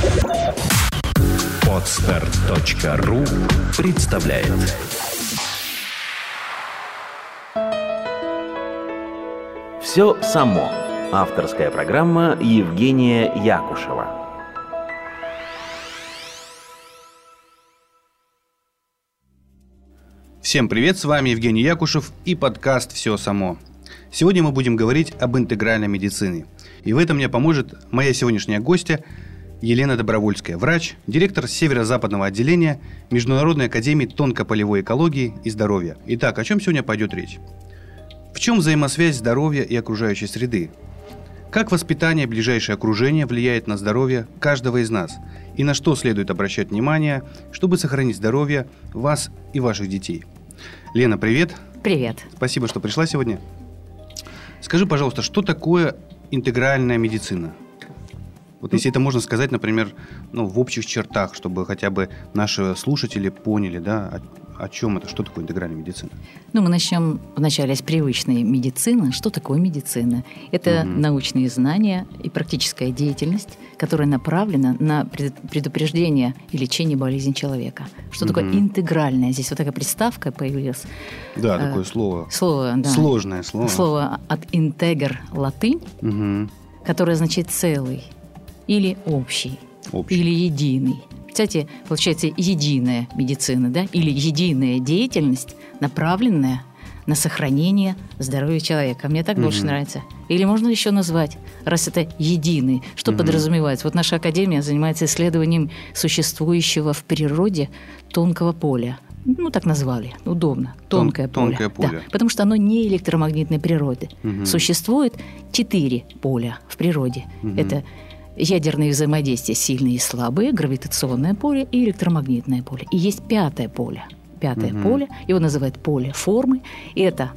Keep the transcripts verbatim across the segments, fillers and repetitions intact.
Подстер точка ру представляет. Все само. Авторская программа Евгения Якушева. Всем привет, с вами Евгений Якушев и подкаст «Все само». Сегодня мы будем говорить об интегральной медицине. И в этом мне поможет моя сегодняшняя гостья Елена Добровольская, врач, директор северо-западного отделения Международной академии тонкополевой экологии и здоровья. Итак, о чем сегодня пойдет речь? В чем взаимосвязь здоровья и окружающей среды? Как воспитание и ближайшее окружение влияет на здоровье каждого из нас? И на что следует обращать внимание, чтобы сохранить здоровье вас и ваших детей? Лена, привет. Привет. Спасибо, что пришла сегодня. Скажи, пожалуйста, что такое интегральная медицина? Вот если это можно сказать, например, ну, в общих чертах, чтобы хотя бы наши слушатели поняли, да, о, о чем это, что такое интегральная медицина. Ну, мы начнем вначале с привычной медицины. Что такое медицина? Это угу. научные знания и практическая деятельность, которая направлена на предупреждение и лечение болезней человека. Что угу. такое интегральная? Здесь вот такая приставка появилась. Да, такое э, слово. Слово, да. Сложное слово. Слово от интегр латынь, угу. которое означает целый. Или общий, общий, или единый. Кстати, получается единая медицина, да, или единая деятельность, направленная на сохранение здоровья человека. Мне так mm-hmm. больше нравится. Или можно еще назвать, раз это единый, что mm-hmm. подразумевается. Вот наша академия занимается исследованием существующего в природе тонкого поля. Ну, так назвали, удобно. Тонкое Тон, поле. Тонкое поле. Да, потому что оно не электромагнитной природы. Mm-hmm. Существует четыре поля в природе. Mm-hmm. Это ядерные взаимодействия сильные и слабые, гравитационное поле и электромагнитное поле. И есть пятое поле. Пятое угу. поле, его называют поле формы. Это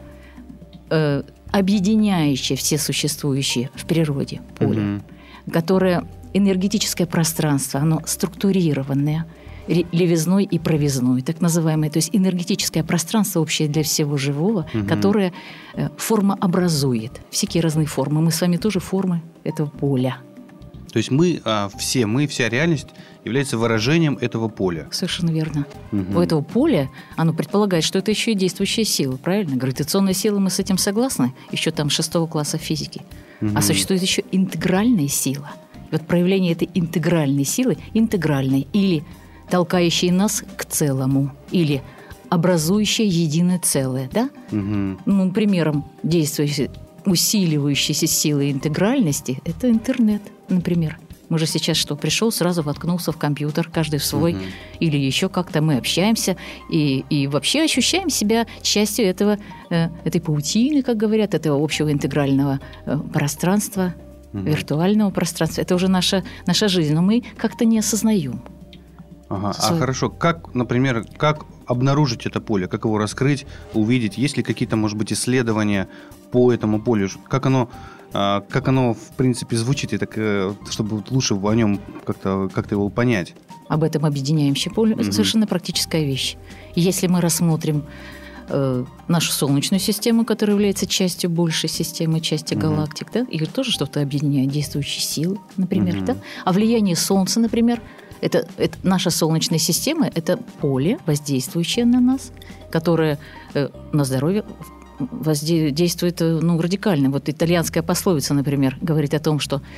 э, объединяющее все существующие в природе поле, угу. которое энергетическое пространство, оно структурированное, левизной и провизной, так называемое. То есть энергетическое пространство общее для всего живого, угу. которое э, формообразует. Всякие разные формы. Мы с вами тоже формы этого поля. То есть мы, а, все, мы, вся реальность является выражением этого поля. Совершенно верно. Угу. У этого поля, оно предполагает, что это еще и действующая сила, правильно? Гравитационная сила, мы с этим согласны, еще там шестого класса физики. Угу. А существует еще интегральная сила. И вот проявление этой интегральной силы, интегральной или толкающей нас к целому, или образующая единое целое, да? Угу. Ну, примером действующей усиливающейся силы интегральности – это интернет, например. Мы же сейчас что, пришел, сразу воткнулся в компьютер, каждый в свой, uh-huh. или еще как-то мы общаемся и, и вообще ощущаем себя частью этого, э, этой паутины, как говорят, этого общего интегрального э, пространства, uh-huh. виртуального пространства. Это уже наша, наша жизнь, но мы как-то не осознаем. Ага. А хорошо, как, например, как обнаружить это поле, как его раскрыть, увидеть? Есть ли какие-то, может быть, исследования по этому полю? Как оно, как оно в принципе, звучит, и так, чтобы лучше о нем как-то, как-то его понять? Об этом объединяющее поле mm-hmm. – это совершенно практическая вещь. Если мы рассмотрим э, нашу Солнечную систему, которая является частью большей системы, части mm-hmm. галактик, да, их тоже что-то объединяет, действующие силы, например, mm-hmm. да? А влияние Солнца, например, Это, это наша Солнечная система – это поле, воздействующее на нас, которое э, на здоровье воздействует ну, радикально. Вот итальянская пословица, например, говорит о том, что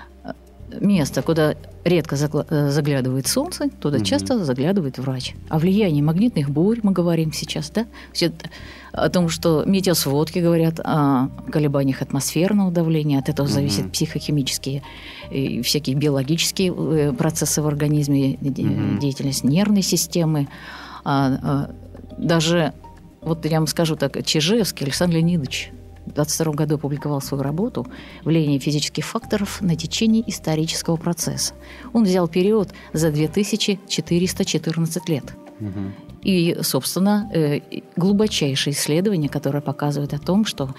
место, куда редко заглядывает солнце, туда mm-hmm. часто заглядывает врач. О влиянии магнитных бурь мы говорим сейчас, да? Все о том, что метеосводки говорят о колебаниях атмосферного давления, от этого mm-hmm. зависят психохимические и всякие биологические процессы в организме, mm-hmm. деятельность нервной системы. А, а, даже, вот я вам скажу так, Чижевский Александр Леонидович в двадцать втором году опубликовал свою работу «Влияние физических факторов на течение исторического процесса». Он взял период за две тысячи четыреста четырнадцать лет. Угу. И, собственно, глубочайшие исследования, которые показывают о том, что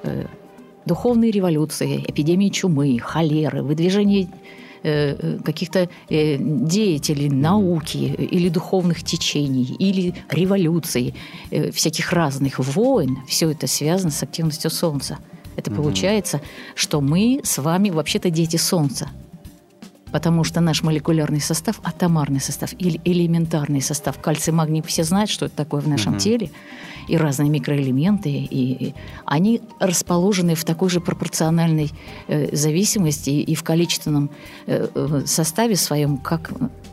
духовные революции, эпидемии чумы, холеры, выдвижение каких-то деятелей науки или духовных течений, или революций, всяких разных войн, все это связано с активностью Солнца. Это угу. получается, что мы с вами вообще-то дети Солнца. Потому что наш молекулярный состав, атомарный состав или элементарный состав, кальций, магний, все знают, что это такое в нашем uh-huh. теле, и разные микроэлементы, и, и они расположены в такой же пропорциональной э, зависимости и в количественном э, составе своем, как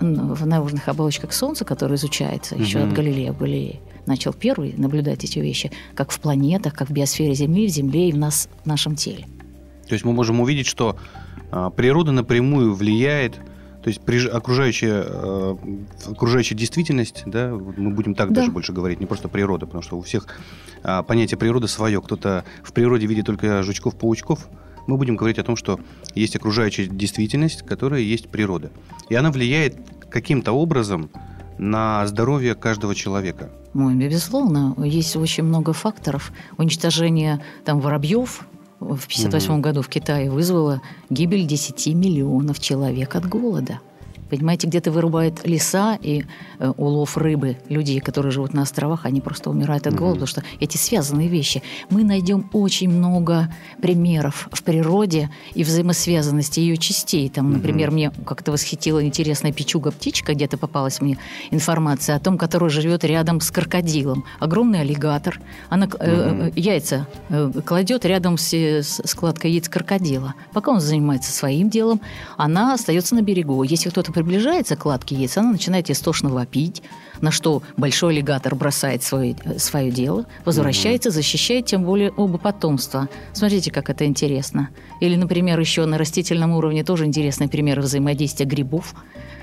в наружных оболочках Солнца, которое изучается uh-huh. еще от Галилея Галилея. Начал первый наблюдать эти вещи, как в планетах, как в биосфере Земли, в Земле и в нас, в нашем теле. То есть мы можем увидеть, что а, природа напрямую влияет, то есть при, окружающая, а, окружающая действительность, да, мы будем так да. даже больше говорить, не просто природа, потому что у всех а, понятие природы свое. Кто-то в природе видит только жучков-паучков. Мы будем говорить о том, что есть окружающая действительность, которая есть природа. И она влияет каким-то образом на здоровье каждого человека. Ну, безусловно, есть очень много факторов. Уничтожение там воробьев в пятьдесят восьмом mm-hmm. году в Китае вызвало гибель десяти миллионов человек от голода. Понимаете, где-то вырубают леса и э, улов рыбы. Люди, которые живут на островах, они просто умирают от голода, mm-hmm. потому что эти связанные вещи. Мы найдем очень много примеров в природе и взаимосвязанности ее частей. Там, например, mm-hmm. мне как-то восхитила интересная печуга-птичка, где-то попалась мне информация о том, которая живет рядом с крокодилом. Огромный аллигатор. Она э, mm-hmm. яйца э, кладет рядом с, с складкой яиц крокодила. Пока он занимается своим делом, она остается на берегу. Если кто-то приближается к кладке яиц, она начинает истошно вопить, на что большой аллигатор бросает свое, свое дело, возвращается, mm-hmm. защищает тем более оба потомства. Смотрите, как это интересно. Или, например, еще на растительном уровне тоже интересный пример взаимодействия грибов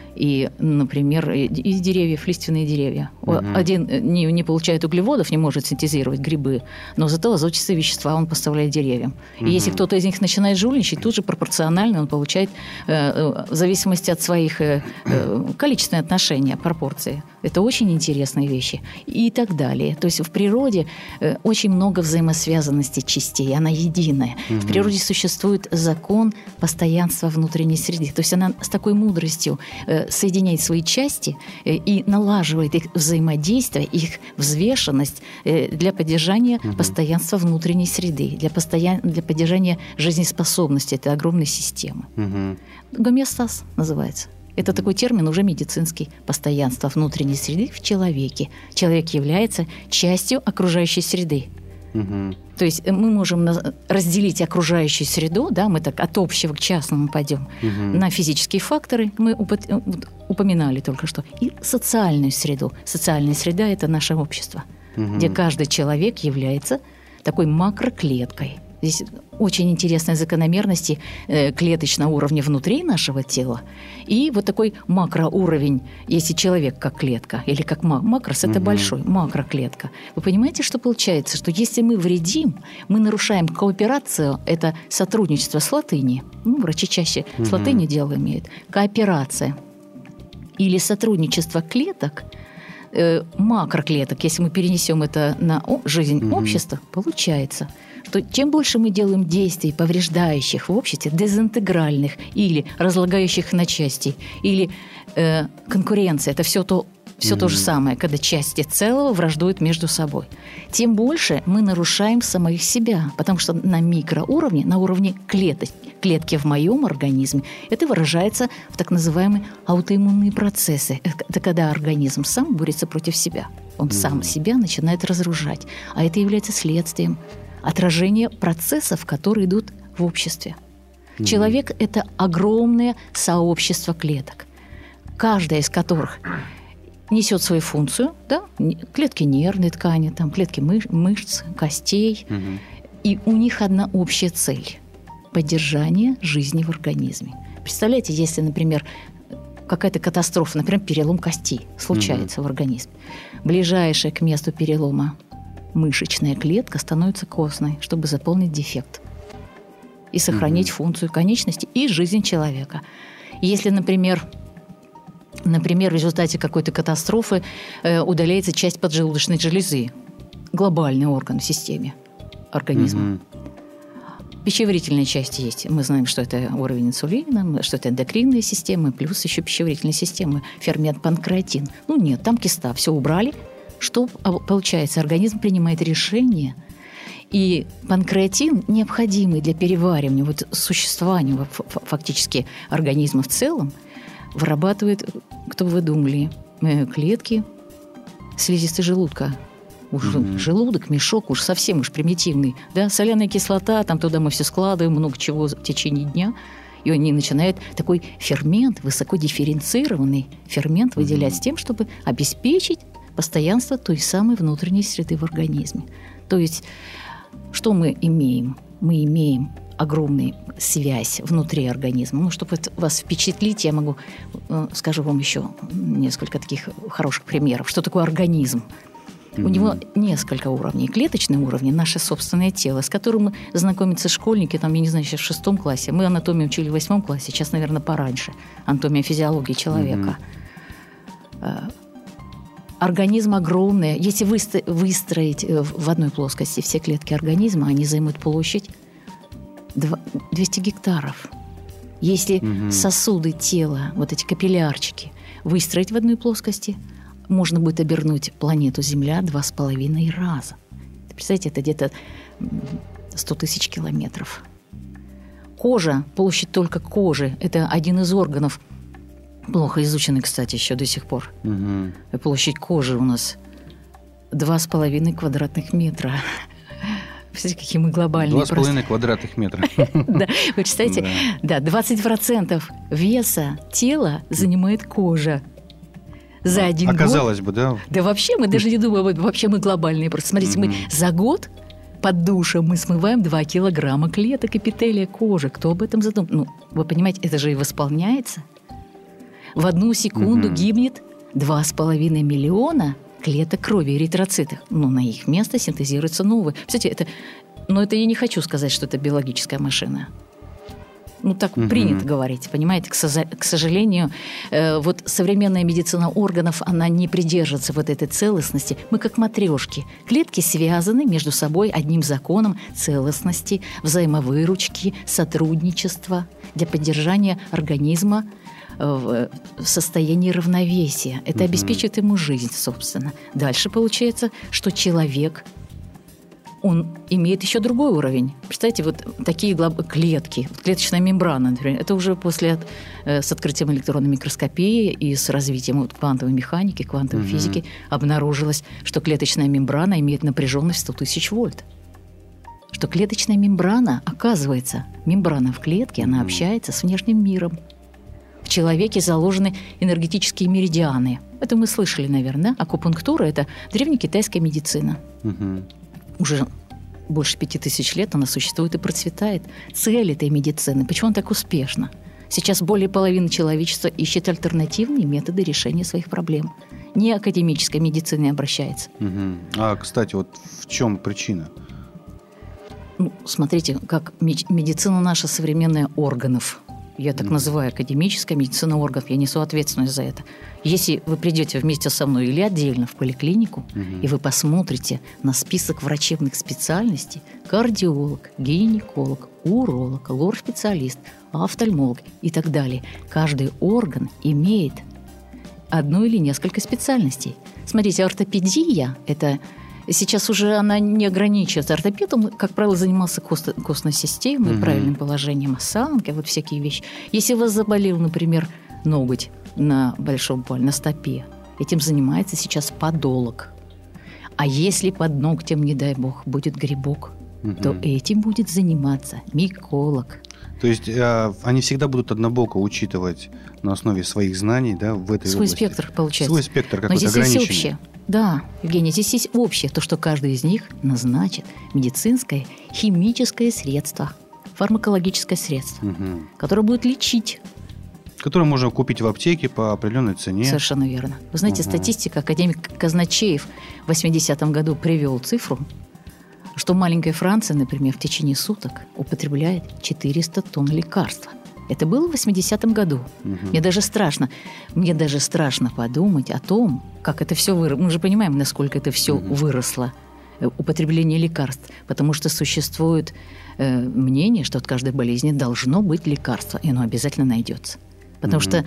и, например, из деревьев, лиственные деревья. Mm-hmm. Один не, не получает углеводов, не может синтезировать грибы, но зато азотистые вещества он поставляет деревьям. Mm-hmm. И если кто-то из них начинает жульничать, тут же пропорционально он получает, э, в зависимости от своих э, э, количественные отношения, пропорции. Это очень интересные вещи. И так далее. То есть в природе э, очень много взаимосвязанности частей, она единая. Mm-hmm. В природе существует закон постоянства внутренней среды. То есть она с такой мудростью э, соединяет свои части э, и налаживает их взаимодействие, их взвешенность э, для поддержания mm-hmm. постоянства внутренней среды, для, постоян... для поддержания жизнеспособности этой огромной системы. Mm-hmm. Гомеостаз называется. Это такой термин уже медицинский. Постоянство внутренней среды в человеке. Человек является частью окружающей среды. Угу. То есть мы можем разделить окружающую среду, да, мы так от общего к частному пойдем, угу. на физические факторы, мы упоминали только что, и социальную среду. Социальная среда – это наше общество, угу. где каждый человек является такой макроклеткой. Здесь очень интересные закономерности э, клеточного уровня внутри нашего тела. И вот такой макроуровень, если человек как клетка, или как мак- макрос, это угу. большой, макроклетка. Вы понимаете, что получается? Что если мы вредим, мы нарушаем кооперацию, это сотрудничество с латыни. Ну, врачи чаще угу. с латыни дело имеют. Кооперация или сотрудничество клеток, э, макроклеток, если мы перенесем это на о- жизнь угу. общества, получается, что чем больше мы делаем действий, повреждающих в обществе, дезинтегральных или разлагающих на части, или э, конкуренция, это все то, все mm-hmm. то же самое, когда части целого враждуют между собой, тем больше мы нарушаем самих себя, потому что на микроуровне, на уровне клеток, клетки в моем организме, это выражается в так называемые аутоиммунные процессы. Это когда организм сам борется против себя. Он mm-hmm. сам себя начинает разрушать. А это является следствием отражение процессов, которые идут в обществе. Mm-hmm. Человек – это огромное сообщество клеток, каждая из которых несет свою функцию, да? Клетки нервной ткани, там, клетки мыш- мышц, костей. Mm-hmm. И у них одна общая цель – поддержание жизни в организме. Представляете, если, например, какая-то катастрофа, например, перелом кости случается mm-hmm. в организме, ближайшая к месту перелома мышечная клетка становится костной, чтобы заполнить дефект и сохранить mm-hmm. функцию конечности и жизнь человека. Если, например, например, в результате какой-то катастрофы э, удаляется часть поджелудочной железы, глобальный орган в системе организма. Mm-hmm. Пищеварительные части есть. Мы знаем, что это уровень инсулина, что это эндокринная система, плюс еще пищеварительная система, фермент панкреатин. Ну нет, там киста, все убрали. Что получается? Организм принимает решение И панкреатин, необходимый для переваривания, вот существования фактически организма в целом, вырабатывает, кто бы вы думали, клетки слизистой желудка. Уж mm-hmm. желудок, мешок, уж совсем уж примитивный. Да? Соляная кислота, там туда мы все складываем, много чего в течение дня. И они начинают такой фермент, высокодифференцированный фермент выделять mm-hmm. с тем, чтобы обеспечить постоянство той самой внутренней среды в организме. То есть, что мы имеем? Мы имеем огромную связь внутри организма. Ну, чтобы вас впечатлить, я могу, скажу вам еще несколько таких хороших примеров. Что такое организм? Mm-hmm. У него несколько уровней. Клеточный уровень – наше собственное тело, с которым знакомятся школьники, там, я не знаю, сейчас в шестом классе. Мы анатомию учили в восьмом классе, сейчас, наверное, пораньше. Анатомия физиологии человека. Mm-hmm. Организм огромный. Если выстроить в одной плоскости все клетки организма, они займут площадь двести гектаров. Если угу. сосуды тела, вот эти капиллярчики, выстроить в одной плоскости, можно будет обернуть планету Земля два с половиной раза. Представляете, это где-то сто тысяч километров. Кожа, площадь только кожи, это один из органов, плохо изученный, кстати, еще до сих пор. Угу. Площадь кожи у нас два с половиной квадратных метра. Представляете, какие мы глобальные. Два с половиной квадратных метра. Да, вы представляете, да, двадцать процентов веса тела занимает кожа. За один год. Оказалось бы, да? Да вообще, мы даже не думаем, вообще мы глобальные. Просто смотрите, мы за год под душем мы смываем два килограмма клеток эпителия кожи. Кто об этом задумал? Ну, вы понимаете, это же и восполняется. В одну секунду гибнет два с половиной миллиона клеток крови, эритроцитов. Но на их место синтезируются новые. Кстати, это, но это я не хочу сказать, что это биологическая машина. Ну, так угу. принято говорить, понимаете? К, соза- к сожалению, э, вот современная медицина органов, она не придерживается вот этой целостности. Мы как матрешки. Клетки связаны между собой одним законом целостности, взаимовыручки, сотрудничества для поддержания организма в состоянии равновесия. Это угу. обеспечивает ему жизнь, собственно. Дальше получается, что человек, он имеет еще другой уровень. Представьте, вот такие глоб... клетки, клеточная мембрана, например, это уже после э, с открытием электронной микроскопии и с развитием вот, квантовой механики, квантовой угу. физики обнаружилось, что клеточная мембрана имеет напряженность сто тысяч вольт. Что клеточная мембрана, оказывается, мембрана в клетке, она общается с внешним миром. В человеке заложены энергетические меридианы. Это мы слышали, наверное. Акупунктура – это древнекитайская медицина. Угу. Уже больше пяти тысяч лет она существует и процветает. Цель этой медицины. Почему она так успешна? Сейчас более половины человечества ищет альтернативные методы решения своих проблем. Не академической медициной обращается. Угу. А, кстати, вот в чем причина? Ну, смотрите, как медицина наша современная органов. Я так mm. называю академическая медицина органов. Я несу ответственность за это. Если вы придете вместе со мной или отдельно в поликлинику, mm-hmm. и вы посмотрите на список врачебных специальностей: кардиолог, гинеколог, уролог, лор-специалист, офтальмолог и так далее. Каждый орган имеет одну или несколько специальностей. Смотрите, ортопедия – это... Сейчас уже она не ограничивается. Ортопед, он, как правило, занимался кост- костной системой, угу. правильным положением осанки, вот всякие вещи. Если у вас заболел, например, ноготь на большом пальце, на стопе, этим занимается сейчас подолог. А если под ногтем, не дай бог, будет грибок, угу. то этим будет заниматься миколог. То есть э, они всегда будут однобоко учитывать на основе своих знаний, да, в этой Свой области. спектр, получается. Свой спектр какой-то ограниченный. Но здесь есть общее. Да, Евгений, здесь есть общее, то, что каждый из них назначит медицинское, химическое средство, фармакологическое средство, угу. которое будет лечить. Которое можно купить в аптеке по определенной цене. Совершенно верно. Вы знаете, угу. статистика, академик Казначеев в восьмидесятом году привел цифру, что маленькая Франция, например, в течение суток употребляет четыреста тонн лекарства. Это было в восьмидесятом году. Угу. Мне даже страшно. Мне даже страшно подумать о том, как это все выросло. Мы же понимаем, насколько это все угу. выросло, употребление лекарств. Потому что существует э, мнение, что от каждой болезни должно быть лекарство, и оно обязательно найдется. Потому угу. что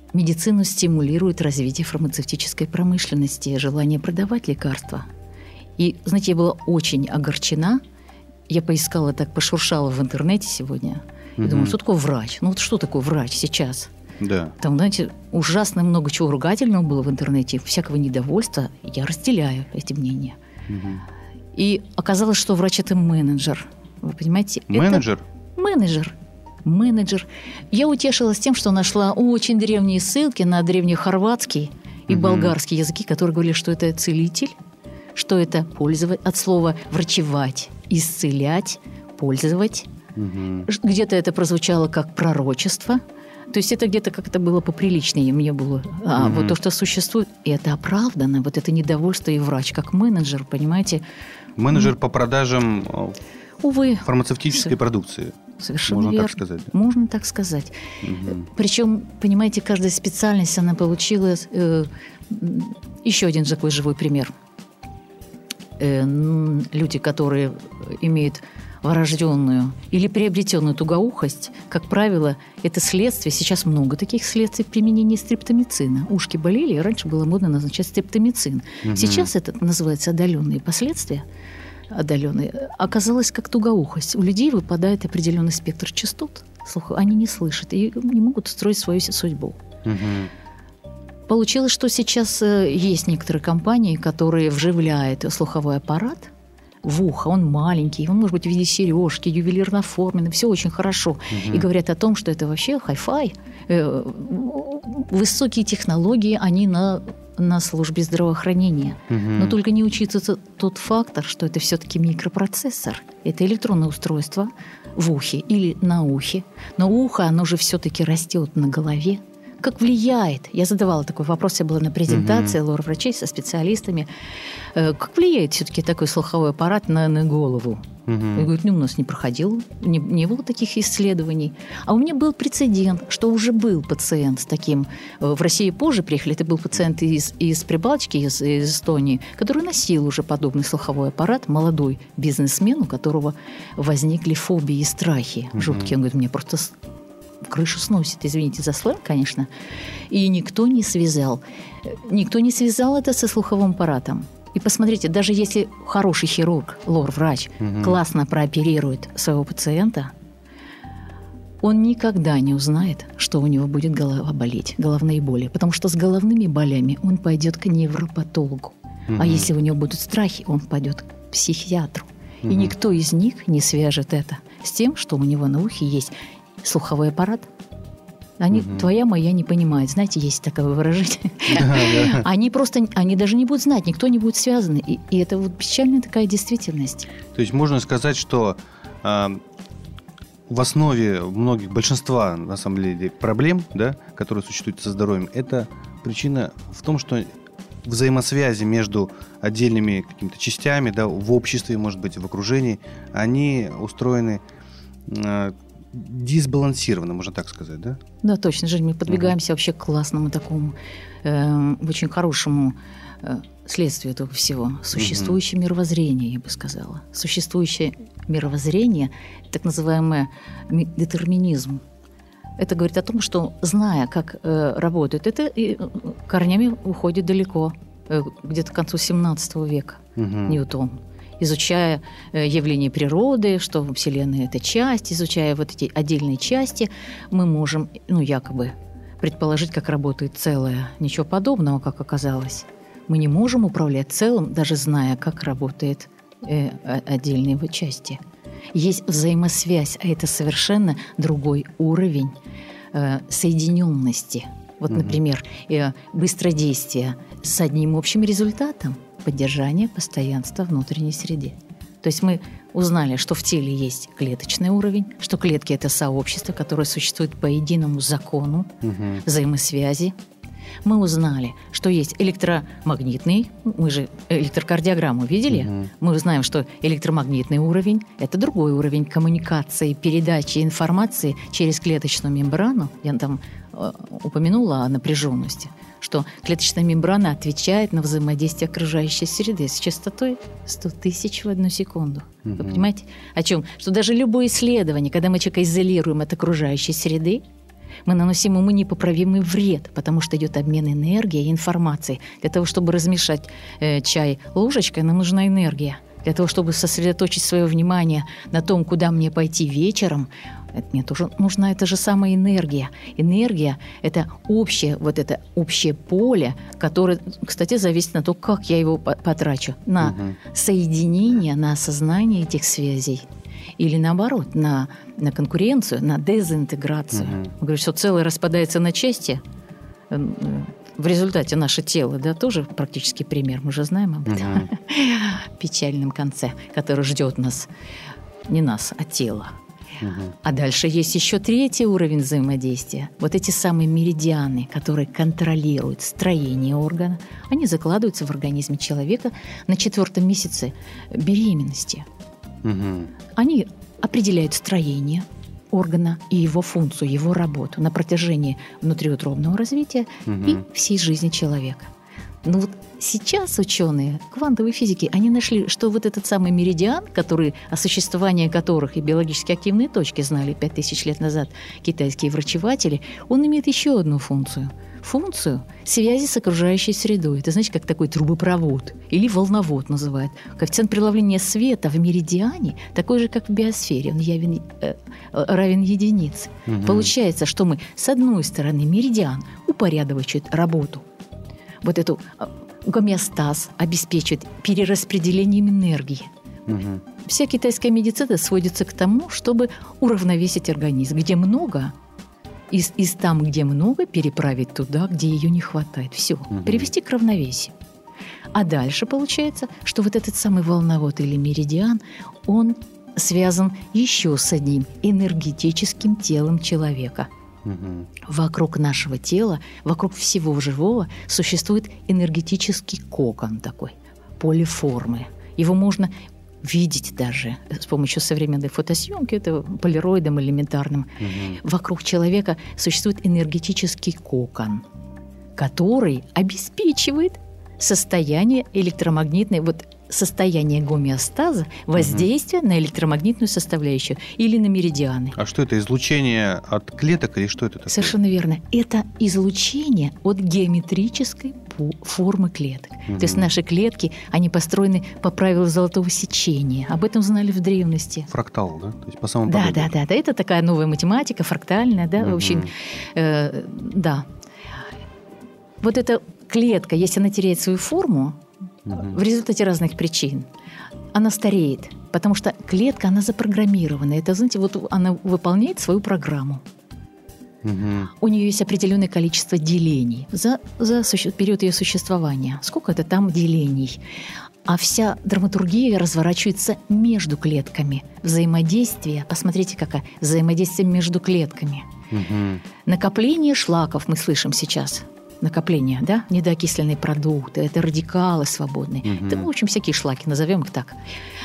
медицину стимулирует развитие фармацевтической промышленности, желание продавать лекарства. И, знаете, я была очень огорчена. Я поискала, так пошуршала в интернете сегодня. И угу. думаю, что такое врач? Ну вот что такое врач сейчас? Да. Там, знаете, ужасно много чего ругательного было в интернете, всякого недовольства. Я разделяю эти мнения. Угу. И оказалось, что врач – это менеджер. Вы понимаете? Менеджер? Это менеджер. Менеджер. Я утешилась тем, что нашла очень древние ссылки на древнехорватский и угу. болгарский языки, которые говорили, что это целитель, что это пользовать, от слова «врачевать», «исцелять», «пользовать». Угу. Где-то это прозвучало как пророчество. То есть это где-то как-то было поприличнее. Мне было, а угу. вот то, что существует, и это оправдано. Вот это недовольство и врач, как менеджер, понимаете? Менеджер по продажам Увы, фармацевтической продукции. Совершенно Можно верно. так сказать. Можно так сказать. Угу. Причем, понимаете, каждая специальность, она получила... Э, еще один такой живой пример. Э, люди, которые имеют врожденную или приобретенную тугоухость, как правило, это следствие. Сейчас много таких следствий применения стрептомицина. Ушки болели, и раньше было модно назначать стрептомицин. Угу. Сейчас это называется отдаленные последствия. Отдаленные. Оказалось, как тугоухость. У людей выпадает определенный спектр частот. Слуха. Они не слышат и не могут устроить свою судьбу. Угу. Получилось, что сейчас есть некоторые компании, которые вживляют слуховой аппарат в ухо. Он маленький, он может быть в виде сережки, ювелирно оформленный, все очень хорошо. Угу. И говорят о том, что это вообще хай-фай. Э, высокие технологии, они на... на службе здравоохранения. Угу. Но только не учитывается тот фактор, что это все-таки микропроцессор. Это электронное устройство в ухе или на ухе. Но ухо, оно же все-таки растет на голове. Как влияет? Я задавала такой вопрос, я была на презентации угу. лор-врачей со специалистами. Как влияет все-таки такой слуховой аппарат на, на голову? Угу. Я говорю, ну, у нас не проходило, не, не было таких исследований. А у меня был прецедент, что уже был пациент с таким. В России позже приехали, это был пациент из, из Прибалтики, из, из Эстонии, который носил уже подобный слуховой аппарат, молодой бизнесмен, у которого возникли фобии и страхи угу. жуткие. Он говорит, мне просто крышу сносит, извините за сленг, конечно. И никто не связал. Никто не связал это со слуховым аппаратом. И посмотрите, даже если хороший хирург, лор-врач, угу. классно прооперирует своего пациента, он никогда не узнает, что у него будет голова болеть, головные боли. Потому что с головными болями он пойдет к невропатологу. Угу. А если у него будут страхи, он пойдет к психиатру. Угу. И никто из них не свяжет это с тем, что у него на ухе есть слуховой аппарат. Они, угу. твоя, моя не понимает. Знаете, есть такое выражение. Они просто, они даже не будут знать, никто не будет связан. И, и это вот печальная такая действительность. То есть можно сказать, что э, в основе многих, большинства, на самом деле, проблем, да, которые существуют со здоровьем, это причина в том, что взаимосвязи между отдельными какими-то частями, да, в обществе, может быть, в окружении, они устроены э, дисбалансированно, можно так сказать, да? Да, точно, Жень, мы подвигаемся угу. вообще к классному такому, э, очень хорошему э, следствию этого всего. Существующее угу. мировоззрение, я бы сказала. Существующее мировоззрение, так называемый детерминизм. Это говорит о том, что, зная, как э, работает, это и корнями уходит далеко, э, где-то к концу семнадцатого века, угу. Ньютон. Изучая явления природы, что Вселенная – это часть, изучая вот эти отдельные части, мы можем, ну, якобы, предположить, как работает целое. Ничего подобного, как оказалось. Мы не можем управлять целым, даже зная, как работает э, отдельные его части. Есть взаимосвязь, а это совершенно другой уровень э, соединенности. Вот, например, э, быстродействие с одним общим результатом. Поддержание постоянства внутренней среды. То есть мы узнали, что в теле есть клеточный уровень, что клетки – это сообщество, которое существует по единому закону угу. взаимосвязи. Мы узнали, что есть электромагнитный, мы же электрокардиограмму видели, угу. мы знаем, что электромагнитный уровень – это другой уровень коммуникации, передачи информации через клеточную мембрану. Я там э, упомянула о напряженности, что клеточная мембрана отвечает на взаимодействие окружающей среды с частотой сто тысяч в одну секунду. Угу. Вы понимаете, о чем? Что даже любое исследование, когда мы человека изолируем от окружающей среды, мы наносим ему непоправимый вред, потому что идет обмен энергией и информацией. Для того, чтобы размешать э, чай ложечкой, нам нужна энергия. Для того, чтобы сосредоточить свое внимание на том, куда мне пойти вечером, мне тоже нужна эта же самая энергия. Энергия – это общее, вот это общее поле, которое, кстати, зависит на то, как я его потрачу. На угу. соединение, на осознание этих связей. Или наоборот, на, на конкуренцию, на дезинтеграцию. Угу. Говорю, что целое распадается на части. В результате наше тело, да, тоже практически пример. Мы же знаем об этом. Угу. Печальном конце, который ждет нас. Не нас, а тело. Угу. А дальше есть еще третий уровень взаимодействия. Вот эти самые меридианы, которые контролируют строение органа, они закладываются в организме человека на четвертом месяце беременности. Угу. Они определяют строение органа и его функцию, его работу на протяжении внутриутробного развития угу. и всей жизни человека. Но вот сейчас ученые квантовой физики, они нашли, что вот этот самый меридиан, который, о существовании которых и биологически активные точки знали пять тысяч лет назад китайские врачеватели, он имеет еще одну функцию. Функцию связи с окружающей средой. Это, знаете, как такой трубопровод или волновод называют. Коэффициент преломления света в меридиане такой же, как в биосфере. Он явен, э, равен единице. Угу. Получается, что мы, с одной стороны, меридиан упорядочивает работу. Вот эту гомеостаз обеспечивает перераспределением энергии. Угу. Вся китайская медицина сводится к тому, чтобы уравновесить организм. Где много, из, из там, где много, переправить туда, где ее не хватает. Все, угу. привести к равновесию. А дальше получается, что вот этот самый волновод или меридиан, он связан еще с одним энергетическим телом человека. Угу. Вокруг нашего тела, вокруг всего живого существует энергетический кокон такой, поле формы. Его можно видеть даже с помощью современной фотосъемки, это полироидом элементарным. Угу. Вокруг человека существует энергетический кокон, который обеспечивает состояние электромагнитной, вот состояние гомеостаза, воздействие угу. на электромагнитную составляющую или на меридианы. А что это, излучение от клеток или что это такое? Совершенно верно. Это излучение от геометрической формы клеток. Угу. То есть наши клетки, они построены по правилу золотого сечения. Об этом знали в древности. Фрактал, да? То есть по самому да, да, да, да. Это такая новая математика, фрактальная, да, угу. очень, э, да. Вот эта клетка, если она теряет свою форму, угу. в результате разных причин, она стареет, потому что клетка, она запрограммирована. Это, знаете, вот она выполняет свою программу. Угу. У нее есть определенное количество делений за, за суще... период ее существования. Сколько это там делений? А вся драматургия разворачивается между клетками. Взаимодействие, посмотрите, какое взаимодействие между клетками. Угу. Накопление шлаков мы слышим сейчас. Накопление, да, недоокисленные продукты, это радикалы свободные. Угу. Это, в общем, всякие шлаки, назовем их так.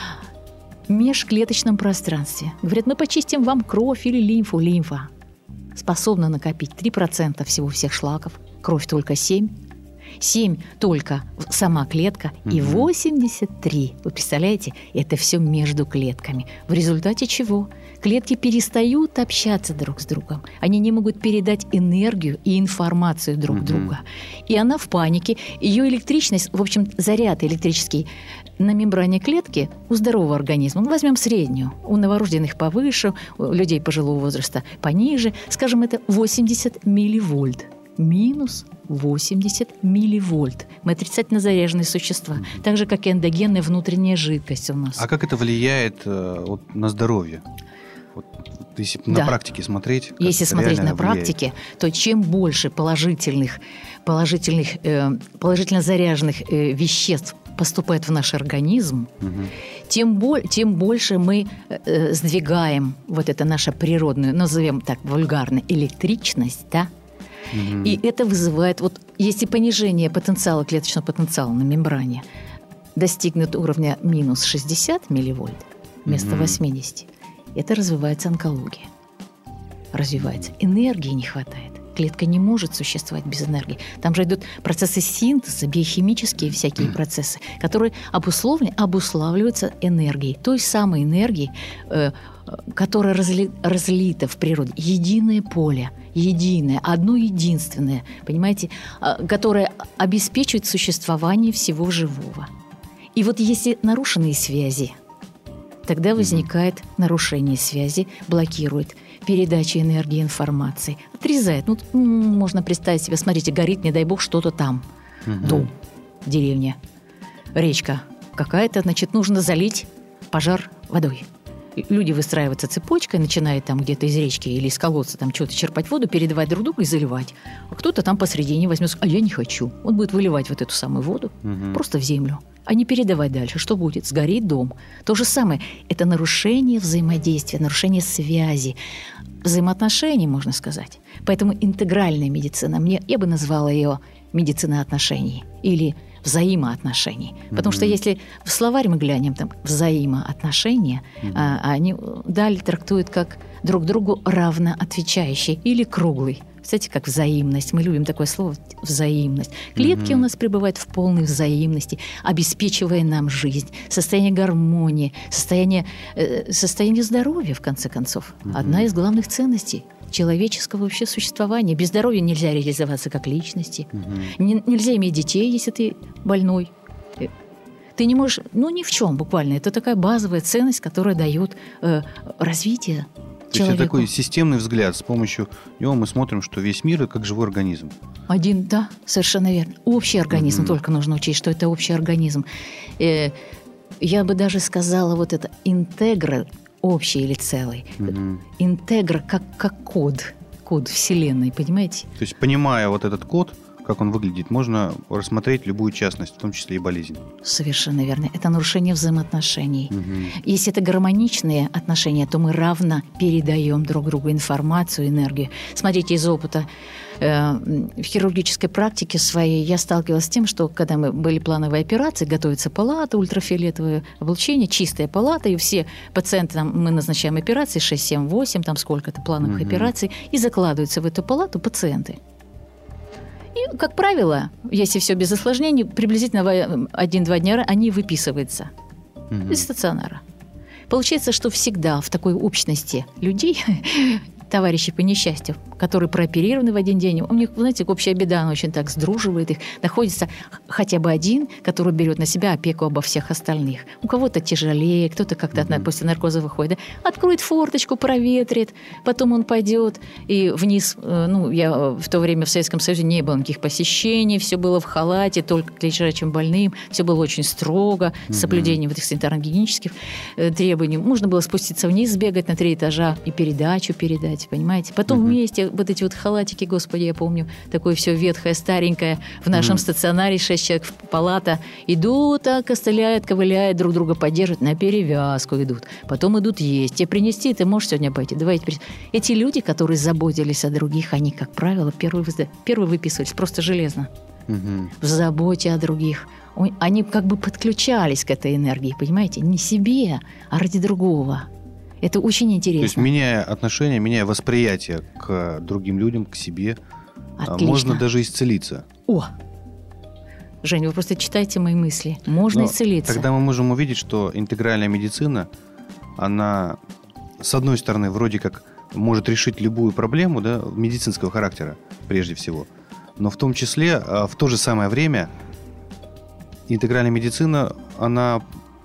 В межклеточном пространстве. Говорят, мы почистим вам кровь или лимфу. Лимфа способна накопить три процента всего всех шлаков, кровь только семь процентов. семь только сама клетка угу. и восемьдесят три. Вы представляете? Это все между клетками. В результате чего? Клетки перестают общаться друг с другом. Они не могут передать энергию и информацию друг угу. друга. И она в панике. Ее электричность, в общем, заряд электрический на мембране клетки у здорового организма. Мы возьмем среднюю. У новорожденных повыше, у людей пожилого возраста пониже. Скажем, это восемьдесят милливольт. Минус восемьдесят милливольт. Мы отрицательно заряженные существа. Mm-hmm. Так же, как и эндогенная внутренняя жидкость у нас. А как это влияет э, вот, на здоровье? Вот, если да. на практике смотреть. Если смотреть на влияет. практике, то чем больше положительных, положительных, э, положительно заряженных э, веществ поступает в наш организм, угу. тем, бо- тем больше мы э, сдвигаем вот это наше природное, назовем так вульгарно, электричность, да? Угу. И это вызывает, вот если понижение потенциала, клеточного потенциала на мембране достигнет уровня минус шестьдесят милливольт вместо угу. восемьдесят, это развивается онкология. Развивается. Энергии не хватает. клетка не может существовать без энергии. Там же идут процессы синтеза, биохимические всякие процессы, которые обусловлены, обуславливаются энергией. Той самой энергией, э, которая разли, разлита в природе. Единое поле, единое, одно единственное, понимаете, э, которое обеспечивает существование всего живого. И вот если нарушенные связи, тогда возникает нарушение связи, блокирует передачу энергии, информации, отрезает. Ну, можно представить себе, смотрите, горит, не дай бог, что-то там. Угу. Дом, деревня, речка какая-то, значит, нужно залить пожар водой. Люди выстраиваются цепочкой, начинают там где-то из речки или из колодца там что-то черпать воду, передавать друг другу и заливать. А кто-то там посредине возьмет, а я не хочу. Он будет выливать вот эту самую воду угу. просто в землю, а не передавать дальше. Что будет? Сгорит дом. То же самое. Это нарушение взаимодействия, нарушение связи, взаимоотношений, можно сказать. Поэтому интегральная медицина, мне, я бы назвала ее медицина отношений или взаимоотношений. Потому mm-hmm. что если в словарь мы глянем, там взаимоотношения, mm-hmm. а, они далее трактуют как друг другу равно отвечающий или круглый. Кстати, как взаимность. Мы любим такое слово взаимность. Клетки mm-hmm. у нас пребывают в полной взаимности, обеспечивая нам жизнь, состояние гармонии, состояние, э, состояние здоровья, в конце концов. Mm-hmm. Одна из главных ценностей человеческого вообще существования. Без здоровья нельзя реализоваться как личности. Угу. Не, нельзя иметь детей, если ты больной. Ты не можешь, ну, ни в чем буквально. Это такая базовая ценность, которая дает э, развитие человеку. То есть это такой системный взгляд. С помощью него мы смотрим, что весь мир – как живой организм. Один, да, совершенно верно. Общий организм. Угу. Только нужно учесть, что это общий организм. Э, я бы даже сказала, вот это интегра, общий или целый. Угу. Интегра как, как код, код Вселенной, понимаете? То есть, понимая вот этот код, как он выглядит, можно рассмотреть любую частность, в том числе и болезнь. Совершенно верно. Это нарушение взаимоотношений. Угу. Если это гармоничные отношения, то мы равно передаем друг другу информацию, энергию. Смотрите, из опыта э, в хирургической практике своей я сталкивалась с тем, что когда мы были плановые операции, готовится палата, ультрафиолетовое облучение, чистая палата, и все пациенты, там, мы назначаем операции шесть, семь, восемь, там сколько-то плановых угу. операций, и закладываются в эту палату пациенты. И, как правило, если все без осложнений, приблизительно один-два дня они выписываются угу. из стационара. Получается, что всегда в такой общности людей, товарищей по несчастью, которые прооперированы в один день, у них, знаете, общая беда, она очень так сдруживает их. Находится хотя бы один, который берет на себя опеку обо всех остальных. У кого-то тяжелее, кто-то как-то mm-hmm. после наркоза выходит. Да? Откроет форточку, проветрит, потом он пойдет и вниз. Ну, я в то время в Советском Союзе не было никаких посещений, все было в халате, только к лежачим больным, все было очень строго, mm-hmm. с соблюдением этих санитарно-гигиенических требований. Можно было спуститься вниз, сбегать на три этажа и передачу передать, понимаете? Потом mm-hmm. вместе вот эти вот халатики, господи, я помню, такое все ветхое, старенькое, в нашем mm. стационаре шесть человек, палата, идут, так, костыляют, ковыляют, друг друга поддерживают, на перевязку идут. Потом идут есть. Тебе принести, ты можешь сегодня пойти? Давайте принести. Эти люди, которые заботились о других, они, как правило, первые, первые выписывались просто железно. Mm-hmm. В заботе о других. Они как бы подключались к этой энергии, понимаете? Не себе, а ради другого. Это очень интересно. То есть, меняя отношения, меняя восприятие к другим людям, к себе, отлично. Можно даже исцелиться. О! Женя, вы просто читайте мои мысли. Можно Но исцелиться. Тогда мы можем увидеть, что интегральная медицина, она, с одной стороны, вроде как может решить любую проблему, да, медицинского характера, прежде всего. Но в том числе, в то же самое время, интегральная медицина, она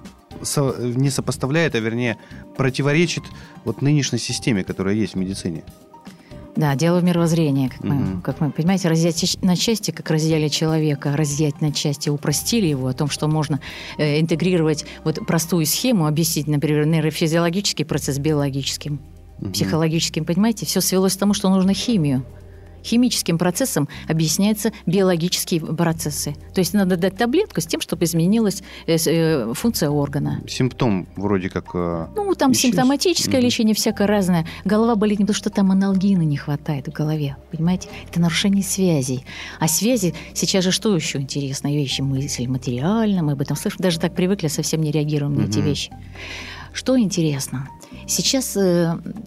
не сопоставляет, а вернее противоречит вот нынешней системе, которая есть в медицине. Да, дело в мировоззрении, как, угу. мы, как мы, понимаете, разделять на части, как разделяли человека, разделять на части, упростили его, о том, что можно э, интегрировать вот простую схему, объяснить, например, нейрофизиологический процесс биологическим, угу. психологическим, понимаете, все свелось к тому, что нужно химию. Химическим процессом объясняются биологические процессы. То есть надо дать таблетку с тем, чтобы изменилась функция органа. Симптом вроде как... Ну, там исчез. Симптоматическое mm-hmm. лечение всякое разное. Голова болит не потому, что там анальгина не хватает в голове. Понимаете? Это нарушение связей. А связи... Сейчас же что еще интересно? Вещи мысль материально. Мы об этом слышим. Даже так привыкли, совсем не реагируем на mm-hmm. эти вещи. Что интересно? Сейчас...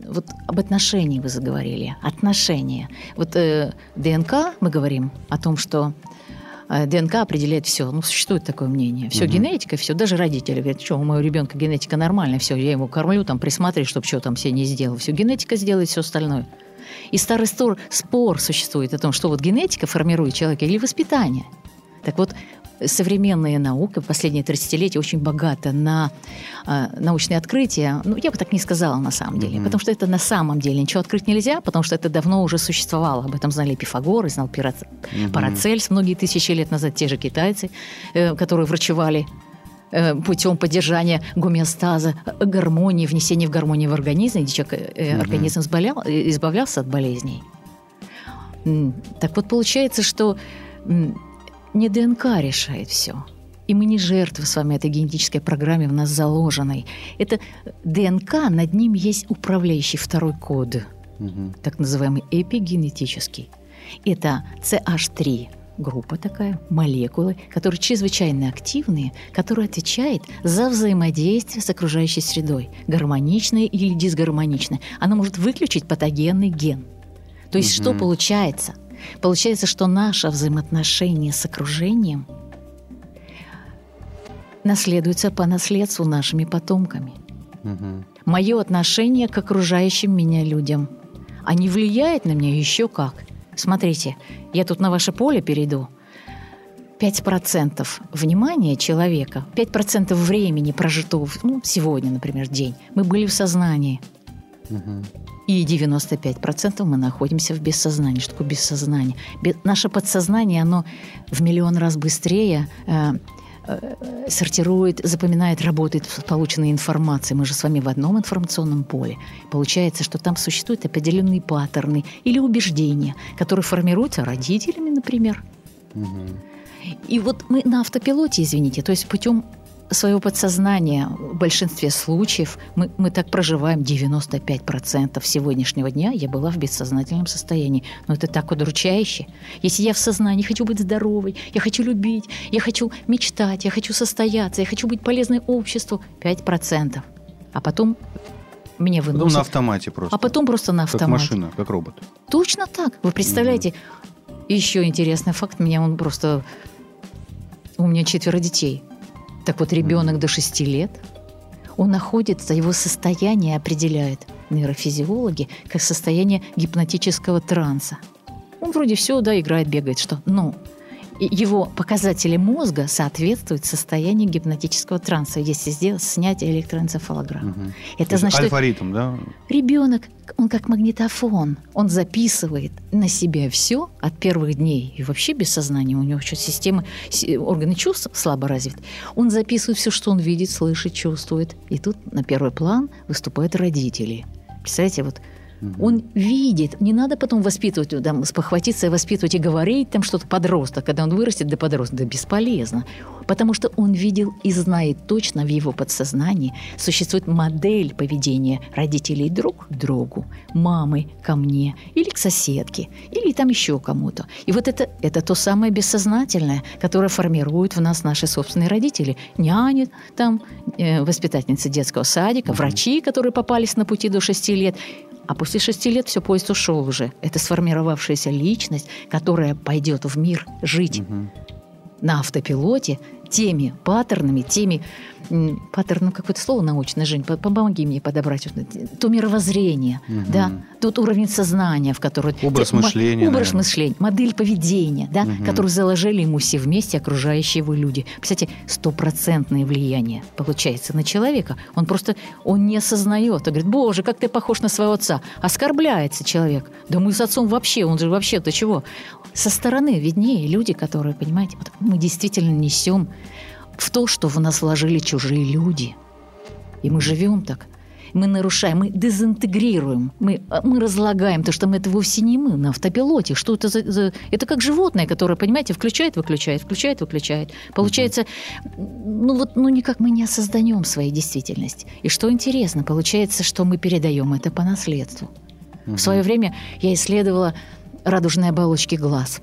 вот об отношении вы заговорили. Отношения. Вот э, ДНК, мы говорим о том, что э, ДНК определяет все. Ну, существует такое мнение. Все угу. генетика, все. Даже родители говорят, что у моего ребенка генетика нормальная, все, я его кормлю, там, присматриваю, чтобы что там все не сделал. Все, генетика сделает все остальное. И старый стор, спор существует о том, что вот генетика формирует человека или воспитание. Так вот, современная наука в последние тридцатилетия очень богата на э, научные открытия. Ну, я бы так не сказала на самом деле. Mm-hmm. Потому что это на самом деле ничего открыть нельзя, потому что это давно уже существовало. Об этом знали Пифагор, знал Пира... mm-hmm. Парацельс многие тысячи лет назад, те же китайцы, э, которые врачевали э, путем поддержания гомеостаза, гармонии, внесения в гармонию в организм, где человек, э, mm-hmm. организм избавлял, избавлялся от болезней. Так вот, получается, что не ДНК решает все. И мы не жертвы с вами этой генетической программе в нас заложенной. Это ДНК, над ним есть управляющий второй код, угу. так называемый эпигенетический. Это си эйч три группа такая, молекулы, которые чрезвычайно активные, которые отвечают за взаимодействие с окружающей средой, гармоничное или дисгармоничное. Она может выключить патогенный ген. То есть угу. что получается? Получается, что наше взаимоотношение с окружением наследуется по наследству нашими потомками. Угу. Мое отношение к окружающим меня людям, они влияют на меня еще как. Смотрите, я тут на ваше поле перейду. пять процентов внимания человека, пять процентов времени прожитого, ну, сегодня, например, день, мы были в сознании. Угу. И девяносто пять процентов мы находимся в бессознании. Что такое бессознание? Бе- наше подсознание, оно в миллион раз быстрее э, э, сортирует, запоминает, работает с полученной информацией. Мы же с вами в одном информационном поле. Получается, что там существуют определенные паттерны или убеждения, которые формируются родителями, например. Угу. И вот мы на автопилоте, извините, то есть путем своего подсознания в большинстве случаев мы, мы так проживаем девяносто пять процентов сегодняшнего дня. Я была в бессознательном состоянии. Но это так удручающе. Если я в сознании хочу быть здоровой, я хочу любить, я хочу мечтать, я хочу состояться, я хочу быть полезной обществу, пять процентов. А потом меня выносят. Потом на автомате просто. А потом просто на автомате. Как машина, как робот. Точно так. Вы представляете? Угу. Еще интересный факт. Меня он просто... У меня четверо детей. Так вот, ребенок mm-hmm. до шести лет, он находится, его состояние определяет нейрофизиологи как состояние гипнотического транса. Он вроде все, да, играет, бегает, что? Но его показатели мозга соответствуют состоянию гипнотического транса, если сделать снятие электроэнцефалограммы. Угу. Это значит, альфа-ритм, да? Ребенок, он как магнитофон, он записывает на себя все от первых дней. И вообще без сознания, у него еще система, органы чувств слабо развиты. Он записывает все, что он видит, слышит, чувствует. И тут на первый план выступают родители. Представляете, вот Угу. он видит, не надо потом воспитывать, там, спохватиться и воспитывать и говорить там что-то подросток, когда он вырастет до подростка, да бесполезно, потому что он видел и знает точно в его подсознании существует модель поведения родителей друг к другу, мамы ко мне или к соседке, или там еще кому-то. И вот это, это то самое бессознательное, которое формирует в нас наши собственные родители, няни, там, э, воспитательницы детского садика, угу. врачи, которые попались на пути до шести лет. А после шести лет все, поезд ушел уже. Это сформировавшаяся личность, которая пойдет в мир жить угу. на автопилоте теми паттернами, теми... Паттерн, ну, какое-то слово научное, Жень, помоги мне подобрать. То мировоззрение, угу. да, тот уровень сознания, в который... Образ мышления, Образ наверное. мышления, модель поведения, да, угу. которую заложили ему все вместе окружающие его люди. Кстати, стопроцентное влияние получается на человека. Он просто, он не осознает. Он говорит, боже, как ты похож на своего отца. Оскорбляется человек. Да мы с отцом вообще, он же вообще-то чего? Со стороны виднее люди, которые, понимаете, вот мы действительно несем в то, что в нас вложили чужие люди. И мы живем так. Мы нарушаем, мы дезинтегрируем, мы, мы разлагаем то, что мы это вовсе не мы на автопилоте. Что это за, за... Это как животное, которое, понимаете, включает, выключает, включает, выключает. Получается, ну вот, ну никак мы не осознаем своей действительности. И что интересно, получается, что мы передаем это по наследству. Uh-huh. В свое время я исследовала радужные оболочки глаз.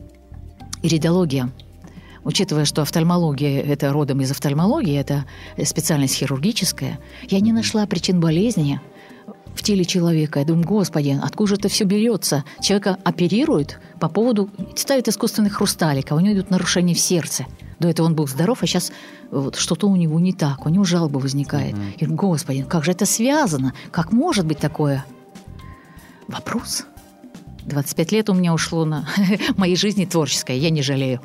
Иридология. Учитывая, что офтальмология – это родом из офтальмологии, это специальность хирургическая, я не нашла причин болезни в теле человека. Я думаю, Господи, откуда же это все берется? Человека оперируют по поводу... Ставят искусственный хрусталик, а у него идут нарушения в сердце. До этого он был здоров, а сейчас вот что-то у него не так, у него жалоба возникает. Mm-hmm. Я говорю, Господи, как же это связано? Как может быть такое? Вопрос. двадцать пять лет у меня ушло на моей жизни творческой, я не жалею.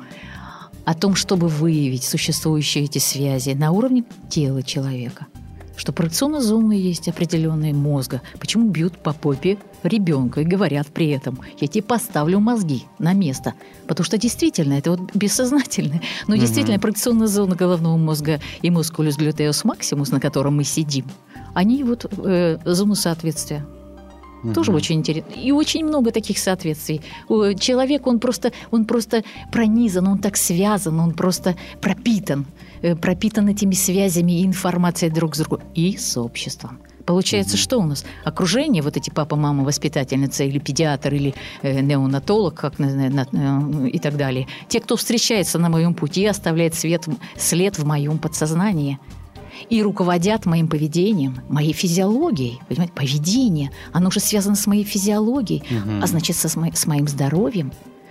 О том, чтобы выявить существующие эти связи на уровне тела человека. Что проекционные зоны есть определенные мозга. Почему бьют по попе ребенка и говорят при этом, я тебе поставлю мозги на место. Потому что действительно, это вот бессознательно. Но угу. действительно, проекционная зона головного мозга и мускулюс глютеус максимус, на котором мы сидим, они вот э, зону соответствия. Угу. Тоже очень интересно. И очень много таких соответствий. Человек, он просто, он просто пронизан, он так связан, он просто пропитан. пропитан этими связями и информацией друг с другом и с обществом. Получается, mm-hmm. что у нас? Окружение, вот эти папа, мама, воспитательница или педиатр, или э, неонатолог как, на, на, на, и так далее. Те, кто встречается на моем пути, оставляет свет, след в моем подсознании и руководят моим поведением, моей физиологией. Понимаете, поведение, оно уже связано с моей физиологией, mm-hmm. а значит, со, с, мо- с моим здоровьем.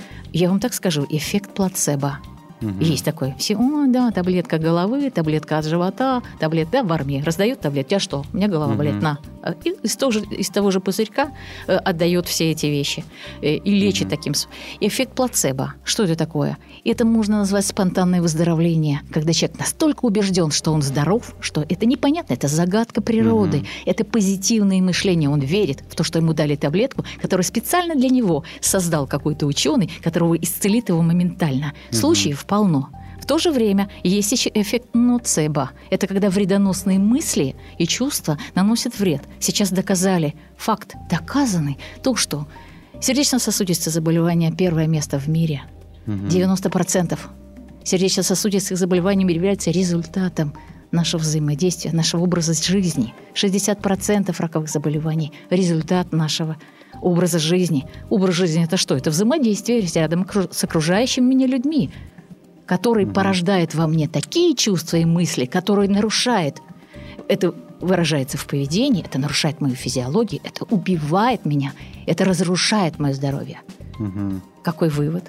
Я вам так скажу, эффект плацебо. Угу. Есть такой. Все, о, да, таблетка головы, таблетка от живота, таблетка, да, в армии раздают таблетки. У тебя что? У меня голова угу. болит, на. И из того же, из того же пузырька э, отдает все эти вещи э, и лечит угу. таким. Эффект плацебо. Что это такое? Это можно назвать спонтанное выздоровление, когда человек настолько убежден, что он здоров, что это непонятно, это загадка природы, угу. это позитивное мышление. Он верит в то, что ему дали таблетку, которую специально для него создал какой-то ученый, которого исцелит его моментально. Угу. Случаев полно. В то же время есть еще эффект ноцебо. Это когда вредоносные мысли и чувства наносят вред. Сейчас доказали, факт доказанный, то, что сердечно-сосудистые заболевания – первое место в мире. девяносто процентов сердечно-сосудистых заболеваний являются результатом нашего взаимодействия, нашего образа жизни. шестьдесят процентов раковых заболеваний – результат нашего образа жизни. Образ жизни – это что? Это взаимодействие рядом с окружающими меня людьми, который mm-hmm. порождает во мне такие чувства и мысли, которые нарушают. Это выражается в поведении, это нарушает мою физиологию, это убивает меня, это разрушает мое здоровье. Mm-hmm. Какой вывод?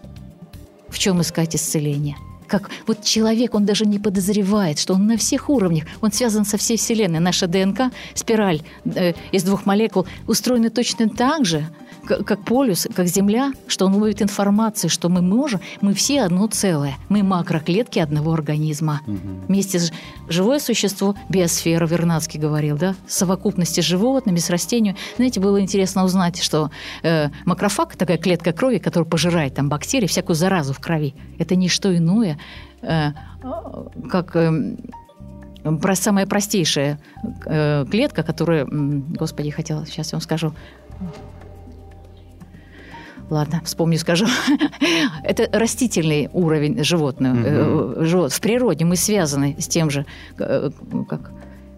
В чем искать исцеление? Как вот человек, он даже не подозревает, что он на всех уровнях, он связан со всей Вселенной. Наша ДНК, спираль э, из двух молекул, устроена точно так же, как, как полюс, как Земля, что он ловит информацию, что мы можем, мы все одно целое, мы макроклетки одного организма. Угу. Вместе с живое существо, биосфера, Вернадский говорил, да, совокупности с животными, с растениями. Знаете, было интересно узнать, что э, макрофаг, такая клетка крови, которая пожирает там бактерии, всякую заразу в крови, это не что иное, э, как... Э, про самая простейшая э, клетка, которая, господи, хотела, сейчас я вам скажу. Ладно, вспомню, скажу. Это растительный уровень животного. Mm-hmm. Живот. В природе мы связаны с тем же, как...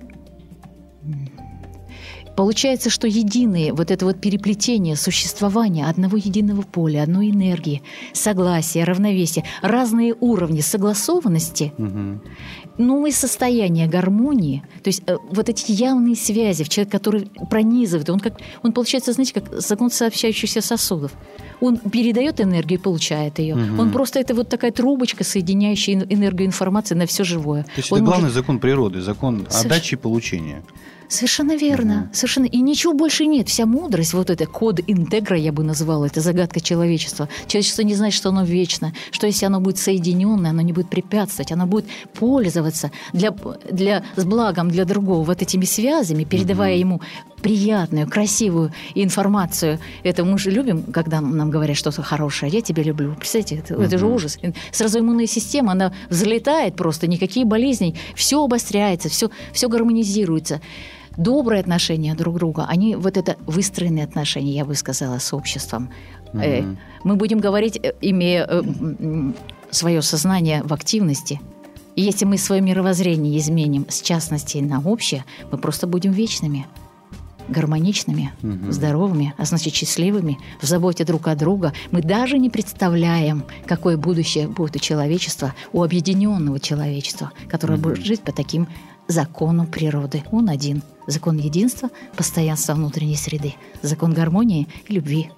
Получается, что единые, вот это вот переплетение существования одного единого поля, одной энергии, согласия, равновесия, разные уровни согласованности, угу. новые состояния гармонии, то есть вот эти явные связи в человеке, который пронизывает, он, как, он получается, знаете, как закон сообщающихся сосудов. Он передает энергию и получает ее. Угу. Он просто это вот такая трубочка, соединяющая энергию информации на все живое. То есть он это главный может... закон природы, закон Соверш... отдачи и получения. Совершенно верно. Угу. Совершенно. И ничего больше нет. Вся мудрость, вот это код интегра, я бы назвала, это загадка человечества. Человечество не знает, что оно вечно, что если оно будет соединенное, оно не будет препятствовать, оно будет пользоваться для, для, с благом для другого вот этими связями, передавая угу. ему приятную, красивую информацию. Это мы же любим, когда нам говорят что-то хорошее. Я тебя люблю. Представляете, это, угу. это же ужас. Сразу иммунная система, она взлетает просто, никакие болезни, все обостряется, все, все гармонизируется. Добрые отношения друг к другу, они вот это выстроенные отношения, я бы сказала, с обществом. Mm-hmm. Мы будем говорить, имея свое сознание в активности. И если мы свое мировоззрение изменим с частности на общее, мы просто будем вечными, гармоничными, mm-hmm. здоровыми, а значит счастливыми, в заботе друг о друге. Мы даже не представляем, какое будущее будет у человечества, у объединенного человечества, которое mm-hmm. будет жить по таким закону природы. Он один. Закон единства, постоянства внутренней среды. Закон гармонии и любви.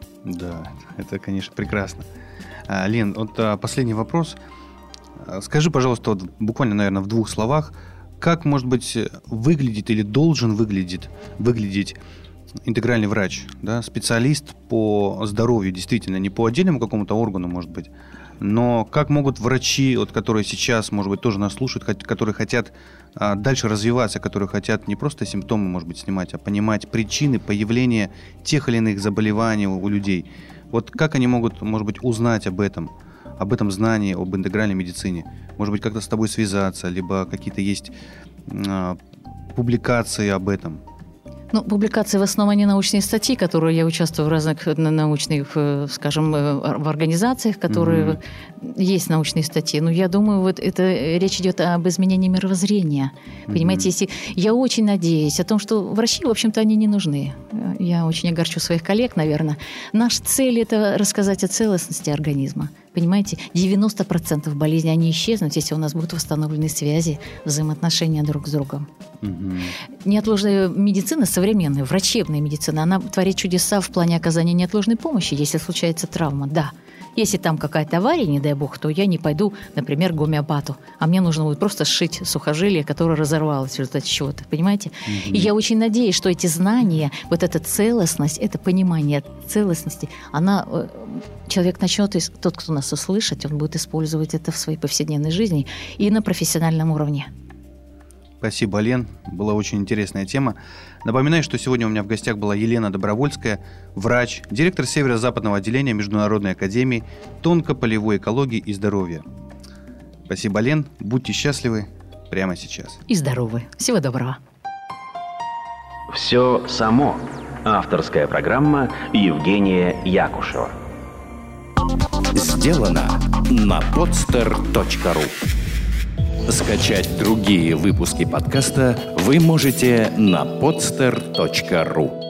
Да, это, конечно, прекрасно. А, Лен, вот а, последний вопрос. Скажи, пожалуйста, вот, буквально, наверное, в двух словах, как, может быть, выглядит или должен выглядеть, выглядеть интегральный врач, да, специалист по здоровью, действительно, не по отдельному какому-то органу, может быть, но как могут врачи, вот, которые сейчас, может быть, тоже нас слушают, которые хотят а, дальше развиваться, которые хотят не просто симптомы, может быть, снимать, а понимать причины появления тех или иных заболеваний у, у людей. Вот как они могут, может быть, узнать об этом, об этом знании, об интегральной медицине? Может быть, как-то с тобой связаться, либо какие-то есть а, публикации об этом? Ну, публикации в основном они научные статьи, которые я участвую в разных научных, скажем, в организациях, которые mm-hmm. есть научные статьи. Но я думаю, вот это речь идет об изменении мировоззрения. Mm-hmm. Понимаете, если я очень надеюсь о том, что врачи, в общем-то, они не нужны. Я очень огорчу своих коллег, наверное. Наша цель – это рассказать о целостности организма. Понимаете, девяносто процентов болезней, они исчезнут, если у нас будут восстановлены связи, взаимоотношения друг с другом. Mm-hmm. Неотложная медицина, современная, врачебная медицина, она творит чудеса в плане оказания неотложной помощи, если случается травма, да. Если там какая-то авария, не дай бог, то я не пойду, например, к гомеопату, а мне нужно будет просто сшить сухожилие, которое разорвалось в результате чего-то, понимаете? Mm-hmm. И я очень надеюсь, что эти знания, вот эта целостность, это понимание целостности, она, человек начнет, тот, кто нас услышит, он будет использовать это в своей повседневной жизни и на профессиональном уровне. Спасибо, Лен. Была очень интересная тема. Напоминаю, что сегодня у меня в гостях была Елена Добровольская, врач, директор Северо-Западного отделения Международной академии тонкополевой экологии и здоровья. Спасибо, Лен. Будьте счастливы прямо сейчас. И здоровы. Всего доброго. «Все само». Авторская программа Евгения Якушева. Сделано на подстер точка ру. Скачать другие выпуски подкаста вы можете на подстер точка ру.